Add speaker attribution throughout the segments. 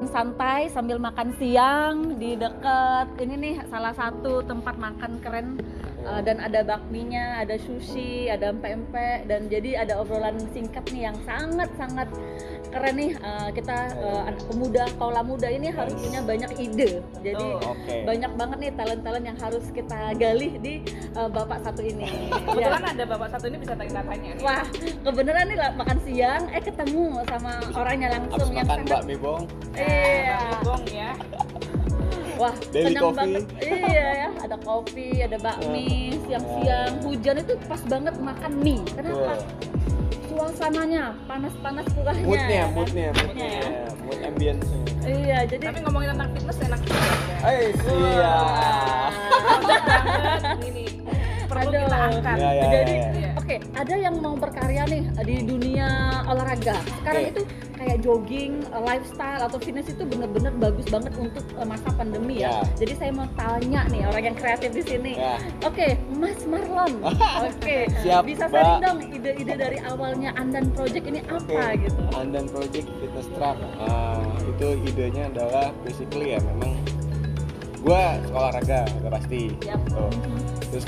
Speaker 1: santai sambil makan siang di dekat ini nih, salah satu tempat makan keren. Dan ada bakminya, ada sushi, ada empek-empek, dan jadi ada obrolan singkat nih yang sangat-sangat keren nih. Kita anak pemuda, kaula muda ini harus punya banyak ide. Jadi banyak banget nih talent-talent yang harus kita gali di bapak satu ini.
Speaker 2: Kebetulan ada bapak satu ini bisa tanya-tanya nih.
Speaker 1: Wah, kebenaran nih lah makan siang, ketemu sama orangnya langsung
Speaker 3: abis
Speaker 1: yang
Speaker 3: makan
Speaker 1: sangat.
Speaker 3: bakmi bong.
Speaker 1: Iya.
Speaker 2: Bong ya.
Speaker 1: Wah,
Speaker 3: Daily
Speaker 1: kenyang
Speaker 3: coffee.
Speaker 1: banget. Iya ya, ada kopi, ada bakmi, siang-siang hujan itu pas banget makan mie. Kenapa? Suasananya panas-panas kurangnya.
Speaker 3: Moodnya, mood ambience.
Speaker 1: Iya, jadi
Speaker 2: Tapi ngomongin tentang fitness enak juga.
Speaker 3: Iya.
Speaker 2: Cocok banget ini. Perlu
Speaker 1: Aduh.
Speaker 2: kita angkat.
Speaker 3: Iya.
Speaker 1: Jadi,
Speaker 2: Iya.
Speaker 1: oke, ada yang mau berkarya nih di dunia olahraga. Sekarang itu kayak jogging, lifestyle atau fitness itu bener-bener bagus banget untuk masa pandemi ya. Jadi saya mau tanya nih orang yang kreatif di sini. Oke, Mas Marlon. Oke,
Speaker 3: Siap,
Speaker 1: bisa
Speaker 3: Mbak.
Speaker 1: sharing dong ide-ide dari awalnya Andan Project ini apa gitu?
Speaker 3: Andan Project Fitness Track. Itu idenya adalah basically ya memang gua sekolah olahraga udah pasti. Terus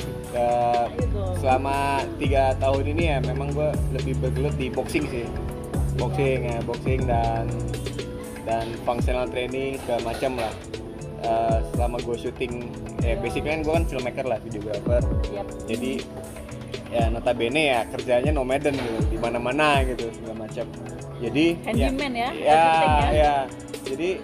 Speaker 3: selama 3 tahun ini ya memang gue lebih bergelut di boxing sih, boxing dan functional training segala macam lah. Selama gue syuting basically kan gue kan filmmaker lah, videographer. Jadi ya notabene ya kerjanya nomaden gitu, di mana-mana gitu segala macam. Jadi
Speaker 1: handyman
Speaker 3: ya. Jadi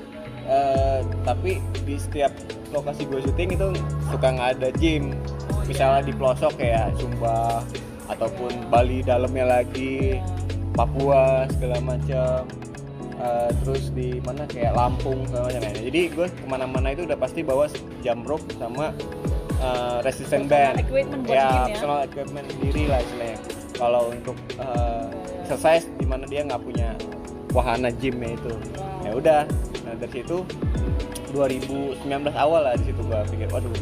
Speaker 3: tapi di setiap lokasi gue syuting itu suka nggak ada gym. Misalnya di pelosok kayak Sumba ataupun Bali dalamnya lagi, Papua segala macam, terus di mana kayak Lampung segala macam ya. Jadi gue kemana-mana itu udah pasti bawa jump rope sama resistance band, personal equipment sendiri lah istilahnya. Kalau untuk exercise di mana dia nggak punya wahana gymnya itu, ya udah. Nah dari situ 2019 awal lah, di situ gue pikir waduh.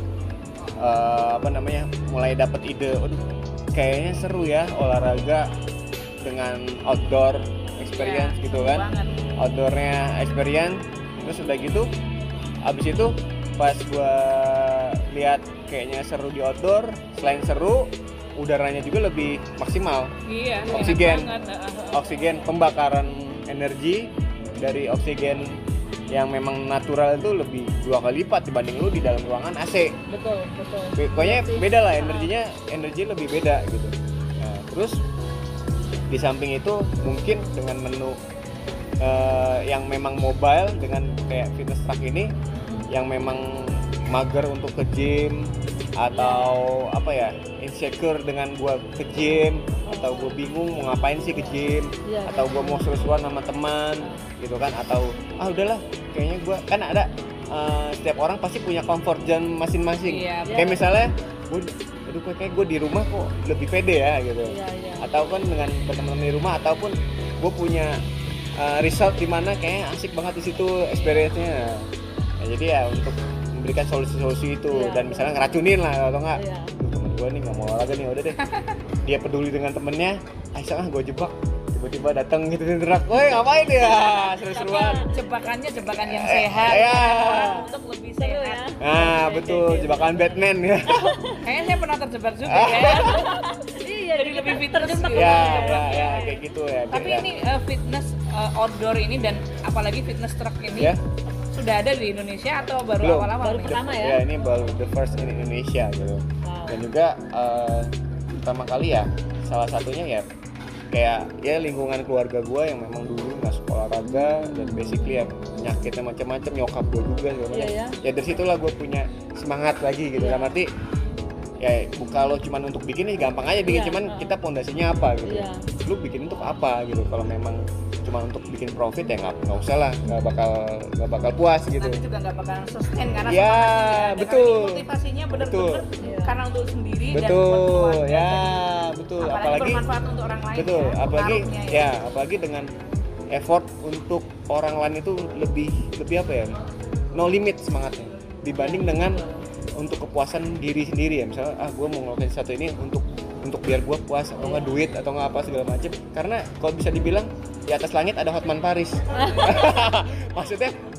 Speaker 3: Mulai dapat ide, kayaknya seru ya olahraga dengan outdoor experience gitu kan, outdoornya experience. Terus udah gitu, abis itu pas gua lihat kayaknya seru di outdoor, selain seru, udaranya juga lebih maksimal.
Speaker 2: Iya.
Speaker 3: Oksigen, pembakaran energi dari oksigen yang memang natural itu lebih 2 kali lipat dibanding lu di dalam ruangan AC.
Speaker 1: Betul.
Speaker 3: Pokoknya beda lah energi lebih beda gitu. Nah, terus di samping itu mungkin dengan menu yang memang mobile dengan kayak fitness track ini yang memang mager untuk ke gym atau insecure dengan gua ke gym atau gua bingung mau ngapain sih ke gym atau gua mau seru-seruan sama teman gitu kan, atau udahlah kayaknya gua kan ada setiap orang pasti punya comfort zone masing-masing. Kayak misalnya kayak gue di rumah kok lebih pede ya gitu. Atau kan dengan teman-teman di rumah, ataupun gue punya resort di mana kayaknya asik banget di situ experience-nya. Nah, jadi ya untuk memberikan solusi-solusi itu dan misalnya ngeracunin lah atau enggak. Temen gue nih nggak mau olahraga nih, udah deh. Dia peduli dengan temennya, gue jebak. Tiba-tiba datang gitu derak, woi ngapain ya, seru-seruan.
Speaker 2: Jebakannya jebakan yang sehat, orang untuk lebih sehat.
Speaker 3: Nah betul, jebakan Batman ya.
Speaker 2: Kayaknya saya pernah terjebak juga ya.
Speaker 1: Iya,
Speaker 2: jadi lebih fitness gitu.
Speaker 3: Ya kayak gitu ya.
Speaker 2: Tapi ini fitness outdoor ini dan apalagi fitness truck ini sudah ada di Indonesia atau baru awal-awal?
Speaker 1: Baru pertama ya?
Speaker 3: Ya ini baru the first in Indonesia gitu. Dan juga pertama kali ya, salah satunya ya kayak lingkungan keluarga gue yang memang dulu nggak sekolah olahraga dan basically ya penyakitnya macam-macam, nyokap gue juga sebenarnya. Ya dari situlah gue punya semangat lagi gitu. Dalam arti ya kalau cuman untuk bikin ini gampang aja bikin, cuman kita pondasinya apa gitu. Lu bikin untuk apa gitu. Kalau memang cuma untuk bikin profit ya nggak usah lah, nggak bakal puas gitu.
Speaker 2: Nanti juga nggak bakal sustain karena
Speaker 3: betul.
Speaker 2: Motivasinya benar-benar karena untuk sendiri dan
Speaker 3: betul
Speaker 2: buat keluarga.
Speaker 3: Betul.
Speaker 2: Apalagi bermanfaat untuk orang lain.
Speaker 3: Betul. Apalagi dengan effort untuk orang lain itu lebih apa ya? No limit semangatnya dibanding dengan untuk kepuasan diri sendiri ya. Misalnya gue mau ngelakuin satu ini untuk biar gue puas atau nggak duit atau nggak apa segala macem. Karena kalau bisa dibilang di atas langit ada Hotman Paris. Maksudnya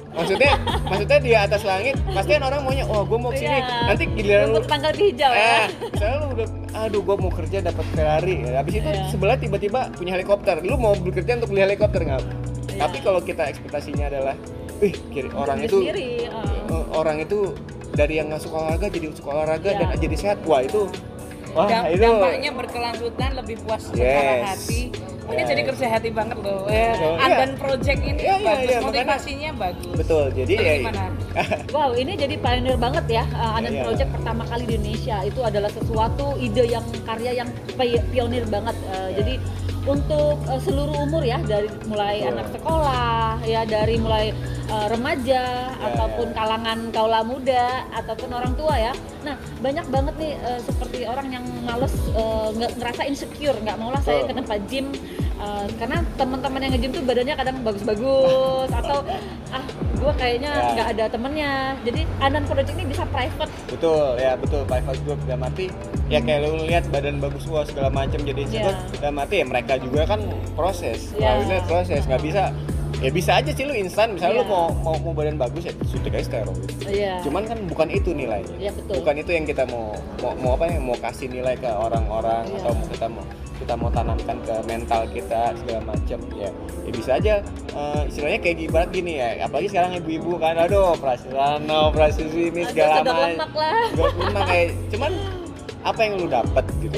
Speaker 3: maksudnya di atas langit pasti kan orang maunya gue mau kesini.
Speaker 1: Iya.
Speaker 3: Nanti giliran lu
Speaker 1: Untuk tanggal hijau ya.
Speaker 3: misalnya lu udah gue mau kerja dapat Ferrari. Habis itu
Speaker 1: Iya.
Speaker 3: sebelah tiba-tiba punya helikopter. Lu mau bekerja untuk beli helikopter nggak?
Speaker 1: Iya.
Speaker 3: Tapi kalau kita ekspektasinya adalah orang itu
Speaker 1: Sendiri,
Speaker 3: orang itu dari yang nggak suka olahraga jadi suka olahraga
Speaker 1: Iya.
Speaker 3: dan jadi sehat. Wah itu
Speaker 2: Dampaknya berkelanjutan, lebih puas secara hati. Ini jadi kerja hati banget loh. Andan Project ini bagus, motivasinya bagus.
Speaker 3: Betul. Jadi
Speaker 2: gimana?
Speaker 1: Wow, ini jadi pioneer banget ya. Andan
Speaker 3: Iya.
Speaker 1: Project pertama kali di Indonesia. Itu adalah sesuatu ide yang karya yang pionir banget. Jadi untuk seluruh umur ya, dari mulai
Speaker 3: Betul.
Speaker 1: anak sekolah ya, dari mulai remaja ataupun kalangan kaula muda ataupun orang tua ya. Nah, banyak banget nih seperti orang yang males ngerasa insecure, nggak maulah saya ke tempat gym karena teman-teman yang nge-gym tuh badannya kadang bagus-bagus atau gue kayaknya nggak ada temennya. Jadi Andan Project ini bisa private.
Speaker 3: Betul private group. Dalam arti ya kayak lu lihat badan bagus segala macam jadi insecure. Dalam arti ya mereka juga kan proses. Proses nggak bisa. Ya bisa aja sih lu instan, misalnya lu mau badan bagus ya suntik aja steroid. Cuman kan bukan itu nilainya.
Speaker 1: Betul.
Speaker 3: Bukan itu yang kita mau kasih nilai ke orang-orang atau kita mau tanamkan ke mental kita segala macam ya bisa aja istilahnya kayak ibarat gini ya, apalagi sekarang ibu-ibu kan operasi sini segala macam lemak kayak cuman apa yang lu dapat gitu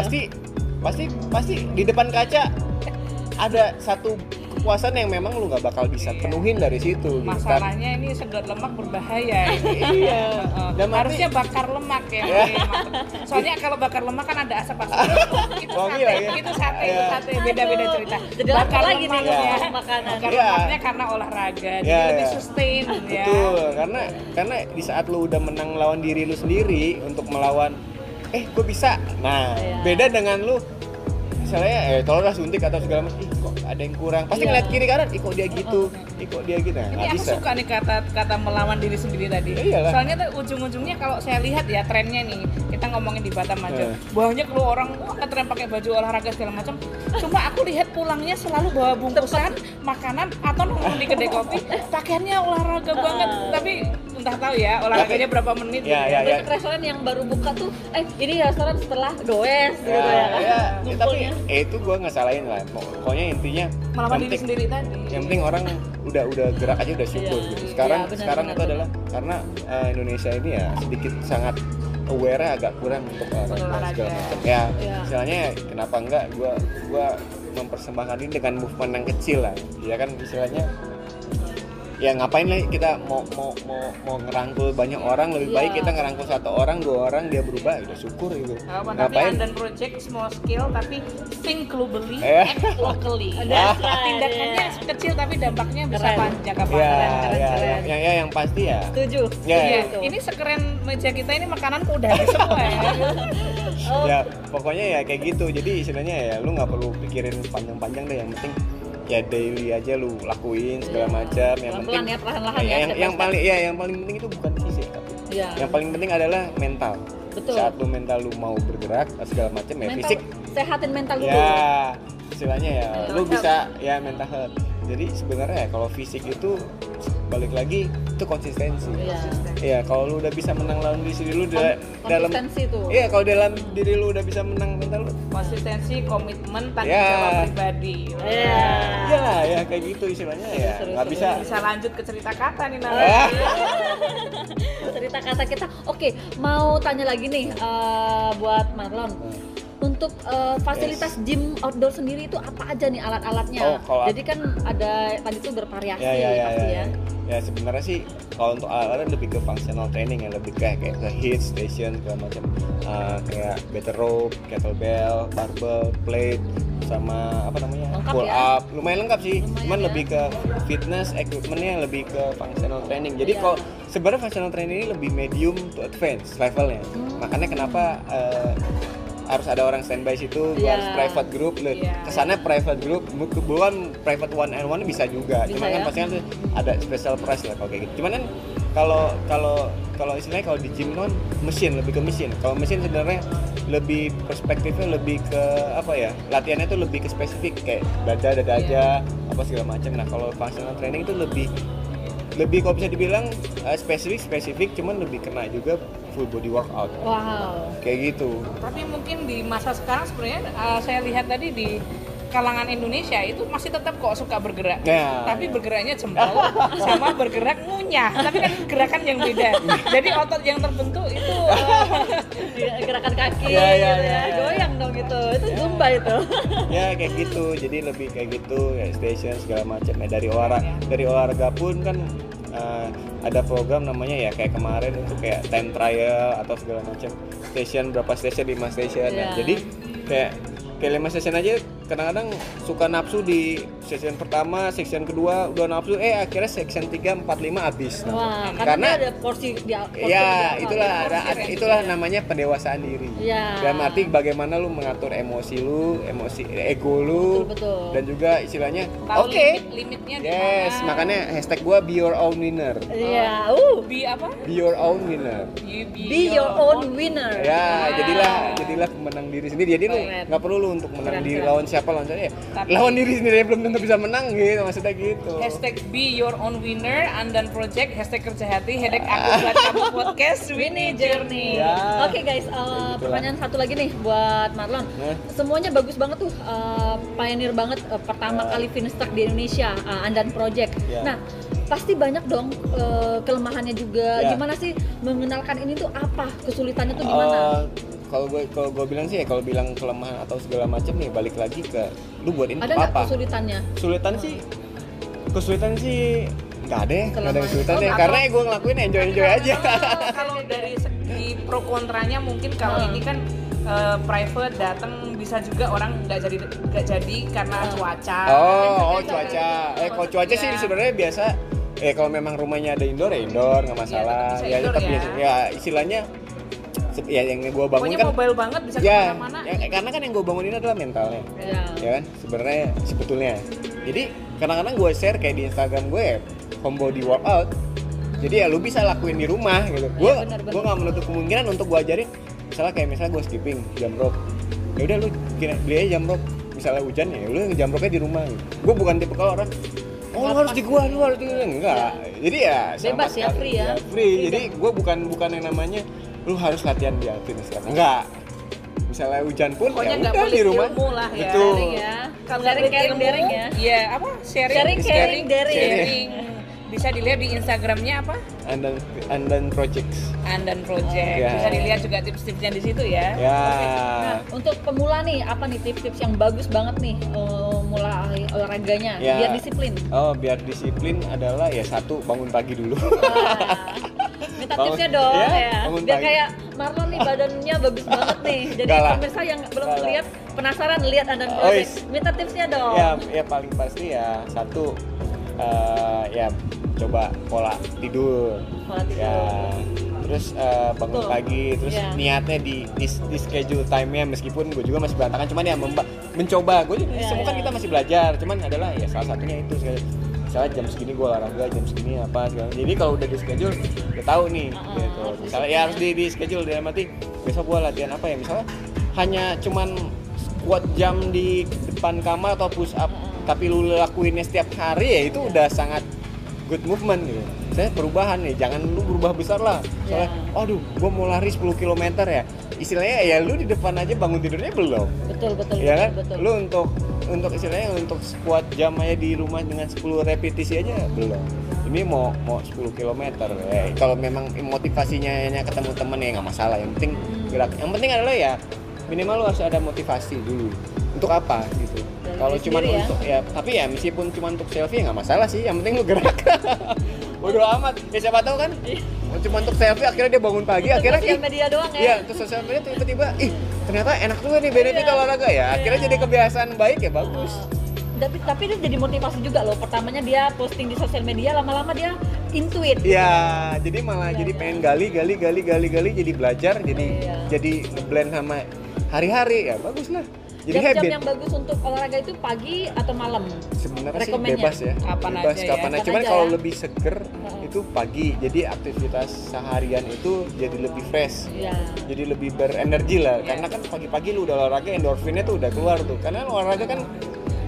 Speaker 3: pasti di depan kaca ada satu kepuasan yang memang lu nggak bakal bisa penuhin dari situ.
Speaker 2: Masalahnya ini sedot lemak berbahaya.
Speaker 3: Iya.
Speaker 2: Harusnya bakar lemak ya. Soalnya kalau bakar lemak kan ada asap-asap. Itu sate, beda-beda cerita.
Speaker 1: Jadi
Speaker 2: bakar
Speaker 1: lagi
Speaker 2: lemak
Speaker 1: nih
Speaker 2: ya.
Speaker 1: makanan.
Speaker 2: Bakar lemaknya karena olahraga, jadi lebih sustain ya.
Speaker 3: Betul, karena di saat lu udah menang lawan diri lu sendiri untuk melawan gue bisa. Nah, beda dengan lu misalnya tolonglah suntik atau segala macam, kok ada yang kurang, pasti ngeliat kiri kanan, kok dia gitu, kok dia gitu.
Speaker 2: Ini aku suka nih kata melawan diri sendiri tadi. Soalnya tuh ujung-ujungnya kalau saya lihat ya trennya nih, kita ngomongin di Batam aja, banyak lu orang ngetren pakai baju olahraga segala macam. Cuma aku lihat pulangnya selalu bawa bungkusan makanan atau nongkrong di kedai kopi, pakaiannya olahraga banget, tapi entah tahu ya olahraganya berapa menit.
Speaker 1: Banyak restoran yang baru buka tuh, ini restoran setelah goes gitu ya.
Speaker 3: Tapi itu gue nggak salahin lah, pokoknya intinya
Speaker 2: melawan diri sendiri tadi.
Speaker 3: Yang penting orang udah gerak aja udah syukur gitu. Sekarang itu adalah karena Indonesia ini ya sedikit sangat aware agak kurang untuk olahraga segala macam. Istilahnya kenapa enggak gue mempersembahkan ini dengan movement yang kecil lah. Ya kan istilahnya ya ngapain lah kita mau ngerangkul banyak orang, lebih baik kita ngerangkul 1 orang 2 orang dia berubah udah syukur gitu.
Speaker 2: Ngapain? Andan Project small scale tapi think globally, act locally. Tindakannya kecil tapi dampaknya bisa jangka panjang.
Speaker 3: Yang pasti ya.
Speaker 1: Setuju.
Speaker 2: Ini sekeren meja kita ini makanan udah habis semua ya.
Speaker 3: Ya pokoknya ya kayak gitu. Jadi istilahnya ya lu nggak perlu pikirin panjang-panjang deh, yang penting ya daily aja lu lakuin segala macam. Yang penting
Speaker 1: ya perlahan-lahan
Speaker 3: yang paling penting itu bukan fisik tapi yang paling penting adalah mental.
Speaker 1: Betul.
Speaker 3: Saat lu mental lu mau bergerak segala macam ya fisik
Speaker 1: sehatin mental dulu.
Speaker 3: Ya istilahnya ya lu bisa ya mental health. Jadi sebenarnya kalau fisik itu balik lagi itu konsistensi. Iya, kalau lu udah bisa menang lawan diri lu dalam kalau dalam diri lu udah bisa menang mental lu.
Speaker 2: Konsistensi, komitmen, tanggung jawab pribadi.
Speaker 3: Ya kayak gitu istilahnya ya. Enggak bisa
Speaker 2: lanjut ke cerita kata nih namanya.
Speaker 1: Cerita kata kita. Oke, mau tanya lagi nih buat Marlon. Untuk fasilitas gym outdoor sendiri itu apa aja nih alat-alatnya? Jadi kan ada tadi tuh bervariasi pasti ya.
Speaker 3: Ya sebenarnya sih kalau untuk alat lebih ke functional training ya, lebih kayak ke HIIT station segala macam, kayak battle rope, kettlebell, barbell, plate, sama apa namanya pull up, lumayan lengkap sih. Cuman lebih ke fitness equipmentnya, lebih ke functional training. Jadi kalau sebenarnya functional training ini lebih medium to advance levelnya. Makanya kenapa harus ada orang standby situ, harus private group. Kesannya private group, bukan private one and one bisa juga. Cuma kan pasti kan ada special price lah kalau kayak gitu. Cuman kan kalau istilahnya kalau di gym non mesin, lebih ke mesin. Kalau mesin sebenarnya lebih perspektifnya lebih ke apa ya? Latihannya tuh lebih ke spesifik kayak dada aja apa segala macam. Nah, kalau functional training itu lebih lebih kalau bisa dibilang spesifik, cuman lebih kena juga full body workout.
Speaker 1: Wow.
Speaker 3: Kayak gitu.
Speaker 2: Tapi mungkin di masa sekarang sebenarnya saya lihat tadi di kalangan Indonesia itu masih tetap kok suka bergerak. Tapi bergeraknya jempol sama bergerak ngunyah. Tapi kan gerakan yang beda. Jadi otot yang terbentuk itu
Speaker 1: gerakan kaki
Speaker 3: Ya.
Speaker 1: goyang dong itu zumba itu.
Speaker 3: Ya kayak gitu. Jadi lebih kayak gitu, ya station segala macam. Ya dari olahraga pun kan ada program namanya ya kayak kemarin itu kayak time trial atau segala macam. Station berapa station, 5 station. Nah, jadi kayak 5 session aja kadang-kadang suka nafsu di session pertama, session kedua udah nafsu, akhirnya session 3, 4, 5 habis.
Speaker 1: Wah, karena ada porsi
Speaker 3: ya itulah namanya pendewasaan diri.
Speaker 1: Ya.
Speaker 3: Dalam arti bagaimana lu mengatur emosi ego lu,
Speaker 1: betul.
Speaker 3: Dan juga istilahnya
Speaker 2: tahu
Speaker 3: oke.
Speaker 2: limitnya di
Speaker 3: Yes,
Speaker 2: mana.
Speaker 3: makanya hashtag gua be your own winner.
Speaker 1: Iya,
Speaker 2: Be apa?
Speaker 3: Be your own winner.
Speaker 1: be your own winner.
Speaker 3: Ya, jadilah pemenang diri sendiri. Jadi lu
Speaker 1: Keren.
Speaker 3: nggak perlu lu untuk menang
Speaker 1: Keren,
Speaker 3: diri
Speaker 1: keren.
Speaker 3: lawan siapa ya.
Speaker 2: Tapi-
Speaker 3: Lawan diri sendiri belum tentu bisa menang gitu, maksudnya gitu.
Speaker 2: Hashtag be your own winner, Andan Project, hashtag kerja hati, hashtag aku buat kamu podcast, Winnie Journey.
Speaker 3: Ya.
Speaker 1: Oke guys, pertanyaan satu lagi nih buat Marlon. Semuanya bagus banget tuh, pioneer banget, pertama kali finish track di Indonesia, Andan Project.
Speaker 3: Ya.
Speaker 1: Nah, pasti banyak dong kelemahannya juga.
Speaker 3: Ya.
Speaker 1: Gimana sih mengenalkan ini tuh apa? Kesulitannya tuh gimana?
Speaker 3: Kalau gue bilang sih ya, kalau bilang kelemahan atau segala macam nih balik lagi ke lu buat ini
Speaker 1: Ada nggak
Speaker 3: apa?
Speaker 1: kesulitannya?
Speaker 3: Kesulitan sih nggak ada ya, nggak ada
Speaker 1: Kelemahan.
Speaker 3: kesulitan ya.
Speaker 2: Oh,
Speaker 3: Karena gue ngelakuin enjoy aja.
Speaker 2: Kalau dari segi pro kontranya mungkin kalau ini kan private datang bisa juga orang nggak jadi karena cuaca.
Speaker 3: Cuaca. Kalau cuaca sih sebenarnya biasa. Kalau memang rumahnya ada indoor ya indoor nggak masalah.
Speaker 2: tetap bisa
Speaker 3: Ya
Speaker 2: indoor
Speaker 3: tetap
Speaker 2: ya.
Speaker 3: ya istilahnya ya yang gue bangun
Speaker 2: Pokoknya
Speaker 3: kan
Speaker 2: mobile banget bisa
Speaker 3: ya,
Speaker 2: kemana-mana.
Speaker 3: karena kan yang gue bangun ini adalah mentalnya. Ya kan sebenarnya sebetulnya. Jadi kadang-kadang gue share kayak di Instagram gue ya, home body workout. Jadi ya lu bisa lakuin di rumah gitu. Gue nggak menutup kemungkinan untuk gue ajarin. Misalnya gue skipping jump rope. Ya udah lu beli aja jump rope. Misalnya hujan ya lu jump rope-nya di rumah. Gitu. Gue bukan tipe kalau orang lu harus di gua, lu harus di enggak. Jadi ya
Speaker 1: bebas ya, free ya.
Speaker 3: Free. Jadi gue bukan yang namanya lu harus latihan di fitness club. Enggak. Misalnya hujan pun
Speaker 2: Pokoknya
Speaker 3: ya
Speaker 2: nggak
Speaker 3: udah
Speaker 2: boleh
Speaker 3: di rumah.
Speaker 2: ilmu lah ya.
Speaker 3: Betul.
Speaker 1: Sharing ya.
Speaker 2: Kalau
Speaker 1: Sharing,
Speaker 2: nggak
Speaker 1: caring,
Speaker 2: ilmu,
Speaker 1: daring ya.
Speaker 2: Iya, apa? Sharing,
Speaker 1: Sharing.
Speaker 2: Bisa dilihat di Instagramnya apa?
Speaker 3: Andan Projects.
Speaker 2: Andan Project.
Speaker 3: Ya.
Speaker 2: Bisa dilihat juga tips-tipsnya di situ ya.
Speaker 3: Ya.
Speaker 1: Nah, untuk pemula nih, apa nih tips-tips yang bagus banget nih mulai olahraganya
Speaker 3: Ya.
Speaker 1: biar disiplin?
Speaker 3: Biar disiplin adalah ya satu bangun pagi dulu.
Speaker 1: Minta
Speaker 3: Bangun-
Speaker 1: tipsnya dong
Speaker 3: ya, bangun
Speaker 1: biar
Speaker 3: pagi.
Speaker 1: kayak Marlon nih badannya bagus banget nih. Jadi
Speaker 3: Enggak lah.
Speaker 1: pemirsa yang belum
Speaker 3: Enggak lah.
Speaker 1: lihat penasaran lihat Andan
Speaker 3: Oh,
Speaker 1: Project.
Speaker 3: is.
Speaker 1: Minta tipsnya dong.
Speaker 3: Ya paling pasti ya satu ya coba pola tidur.
Speaker 1: Pola tidur.
Speaker 3: Ya. Terus bangun
Speaker 1: Betul.
Speaker 3: pagi, terus
Speaker 1: Ya.
Speaker 3: niatnya di schedule time-nya meskipun gue juga masih berantakan, cuman ya mencoba. Gue juga
Speaker 1: Ya,
Speaker 3: semua kan
Speaker 1: ya.
Speaker 3: kita masih belajar, cuman adalah ya salah satunya itu misalnya jam segini gue olahraga, jam segini apa segala. Jadi kalau udah di schedule udah tahu nih gitu.
Speaker 1: harus
Speaker 3: Misalnya ya harus di schedule dalam arti besok gue latihan apa ya, misalnya hanya cuman squat jam di depan kamar atau push up tapi lu lakuinnya setiap hari ya itu udah sangat good movement gitu. Saya perubahan nih, jangan lu berubah besar lah. Soalnya, aduh, gua mau lari 10 km ya. Istilahnya ya lu di depan aja bangun tidurnya belum.
Speaker 1: Betul.
Speaker 3: Ya kan?
Speaker 1: Betul.
Speaker 3: Lu untuk istilahnya untuk squat jam aja di rumah dengan 10 repetisi aja belum. Ini mau 10 km ya. Kalau memang motivasinya ketemu temen ya nggak masalah. Yang penting gerak. Yang penting adalah ya minimal lu harus ada motivasi dulu. Untuk apa gitu. Kalau cuma untuk ya, tapi ya meskipun cuma untuk selfie ya nggak masalah sih. Yang penting lu gerak. Bodo amat. Ya siapa tahu kan. Cuma untuk selfie akhirnya dia bangun pagi,
Speaker 1: Untuk
Speaker 3: akhirnya
Speaker 1: sosial media doang ya.
Speaker 3: Iya, terus sosial media tiba-tiba ternyata enak juga nih benefit olahraga ya. Akhirnya jadi kebiasaan baik ya bagus.
Speaker 1: Tapi itu jadi motivasi juga loh. Pertamanya dia posting di sosial media, lama-lama dia intuit.
Speaker 3: Iya, jadi malah jadi pengen gali jadi belajar, jadi ngeblend sama hari-hari ya bagus lah. Jadi
Speaker 1: Jam-jam
Speaker 3: habit.
Speaker 1: yang bagus untuk olahraga itu pagi atau malam?
Speaker 3: Sebenarnya sih
Speaker 1: rekomennya?
Speaker 3: bebas ya.
Speaker 2: Kapan
Speaker 3: bebas
Speaker 2: aja ya.
Speaker 3: kapan aja.
Speaker 1: Kapan
Speaker 3: Cuman
Speaker 1: aja
Speaker 3: kalau
Speaker 1: ya.
Speaker 3: lebih seger itu pagi. Jadi aktivitas seharian itu jadi lebih fresh.
Speaker 1: Iya.
Speaker 3: Jadi lebih berenergi lah. Karena kan pagi-pagi lu udah olahraga endorfinnya tuh udah keluar tuh. Karena olahraga kan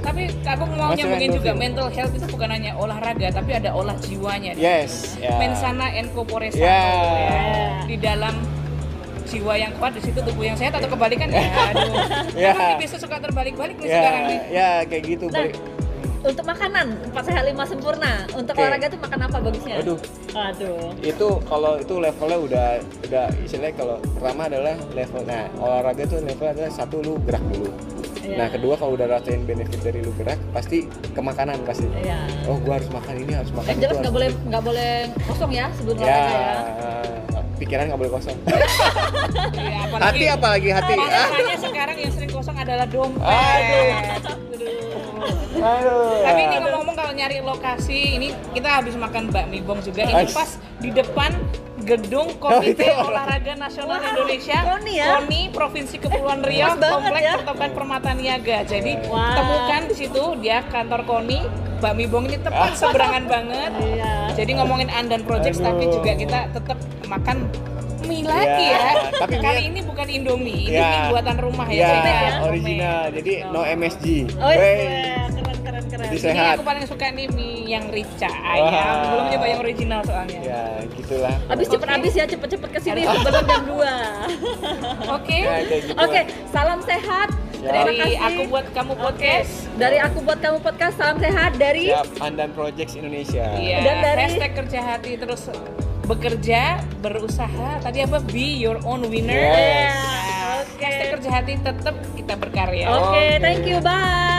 Speaker 2: Tapi aku mau
Speaker 3: Masuk
Speaker 2: nyambungin juga
Speaker 3: endorfin.
Speaker 2: mental health itu bukan hanya olahraga tapi ada olah jiwanya.
Speaker 3: Yes, ya.
Speaker 2: Mensana and corpore sano
Speaker 3: Ya.
Speaker 2: ya. Di dalam jiwa yang kuat di situ tubuh yang sehat atau kebalikan ya. Aduh.
Speaker 3: Ya.
Speaker 2: Emang bisa suka terbalik-balik nih
Speaker 3: Ya,
Speaker 2: sekarang nih.
Speaker 3: ya kayak gitu.
Speaker 1: Nah, untuk makanan 4 sehat 5 sempurna. Untuk
Speaker 3: Oke.
Speaker 1: olahraga tuh makan apa bagusnya?
Speaker 3: Aduh,
Speaker 1: Aduh.
Speaker 3: itu kalau itu levelnya udah istilahnya kalau pertama adalah level, nah olahraga tuh level adalah satu lu gerak dulu.
Speaker 1: Iya.
Speaker 3: Nah kedua kalau udah rasain benefit dari lu gerak pasti ke makanan pasti.
Speaker 1: Iya.
Speaker 3: Oh gua harus makan ini, harus makan
Speaker 1: Yang jelas
Speaker 3: itu,
Speaker 1: nggak boleh kosong ya sebelum
Speaker 3: ya,
Speaker 1: olahraga ya.
Speaker 3: pikiran nggak boleh kosong.
Speaker 2: Ya,
Speaker 3: Hati apalagi hati.
Speaker 2: Masalahnya sekarang yang sering kosong adalah dompet.
Speaker 3: Aduh.
Speaker 2: Tapi ini ngomong-ngomong kalau nyari lokasi, ini kita habis makan bakmi bong juga. Ini
Speaker 3: Ais.
Speaker 2: pas di depan gedung Komite
Speaker 3: itu.
Speaker 2: Olahraga Nasional
Speaker 1: Wow,
Speaker 2: Indonesia,
Speaker 1: KONI ya?
Speaker 2: KONI Provinsi Kepulauan Riau,
Speaker 1: Pas banget
Speaker 2: Komplek
Speaker 1: ya.
Speaker 2: Pertokohan Permata Niaga. Jadi
Speaker 1: Wah.
Speaker 2: temukan di situ dia kantor KONI. Bakmi bong ini tepat seberangan banget.
Speaker 1: Iya.
Speaker 2: Jadi ngomongin Andan Projects
Speaker 3: Aduh.
Speaker 2: tapi juga kita tetap makan mie lagi
Speaker 3: Ya,
Speaker 2: ya.
Speaker 3: tapi
Speaker 2: Kali
Speaker 3: mie-
Speaker 2: ini bukan Indomie, ini
Speaker 3: Ya.
Speaker 2: mie buatan rumah ya.
Speaker 3: Ya,
Speaker 2: Homemade ya,
Speaker 3: original.
Speaker 2: homemade.
Speaker 3: Jadi no MSG.
Speaker 1: Oh iya,
Speaker 3: Wey.
Speaker 1: keren.
Speaker 3: Jadi
Speaker 2: Ini
Speaker 3: sehat.
Speaker 2: aku paling suka nih mie yang rica ayam.
Speaker 3: Wah.
Speaker 2: Belum nyoba yang original soalnya.
Speaker 3: Ya, gitulah.
Speaker 1: Habis cepet
Speaker 2: Oke.
Speaker 1: habis ya, cepet-cepet kesini sebelum jam 2.
Speaker 2: Oke.
Speaker 3: Ya, kayak gitu
Speaker 1: Oke,
Speaker 3: lah.
Speaker 1: salam sehat.
Speaker 3: Ya.
Speaker 1: Terima
Speaker 2: Dari
Speaker 1: kasih.
Speaker 2: aku buat kamu podcast.
Speaker 1: Dari aku buat kamu podcast, salam sehat dari
Speaker 3: Siap, Andan Projects Indonesia.
Speaker 2: Iya.
Speaker 1: Dan dari-
Speaker 2: Hashtag kerja hati terus bekerja, berusaha. Tadi apa? Be your own winner.
Speaker 3: Yes.
Speaker 2: Nah,
Speaker 1: Oke.
Speaker 2: Hashtag kerja hati tetap kita berkarya.
Speaker 1: Oke,
Speaker 3: Oke.
Speaker 1: thank you, bye.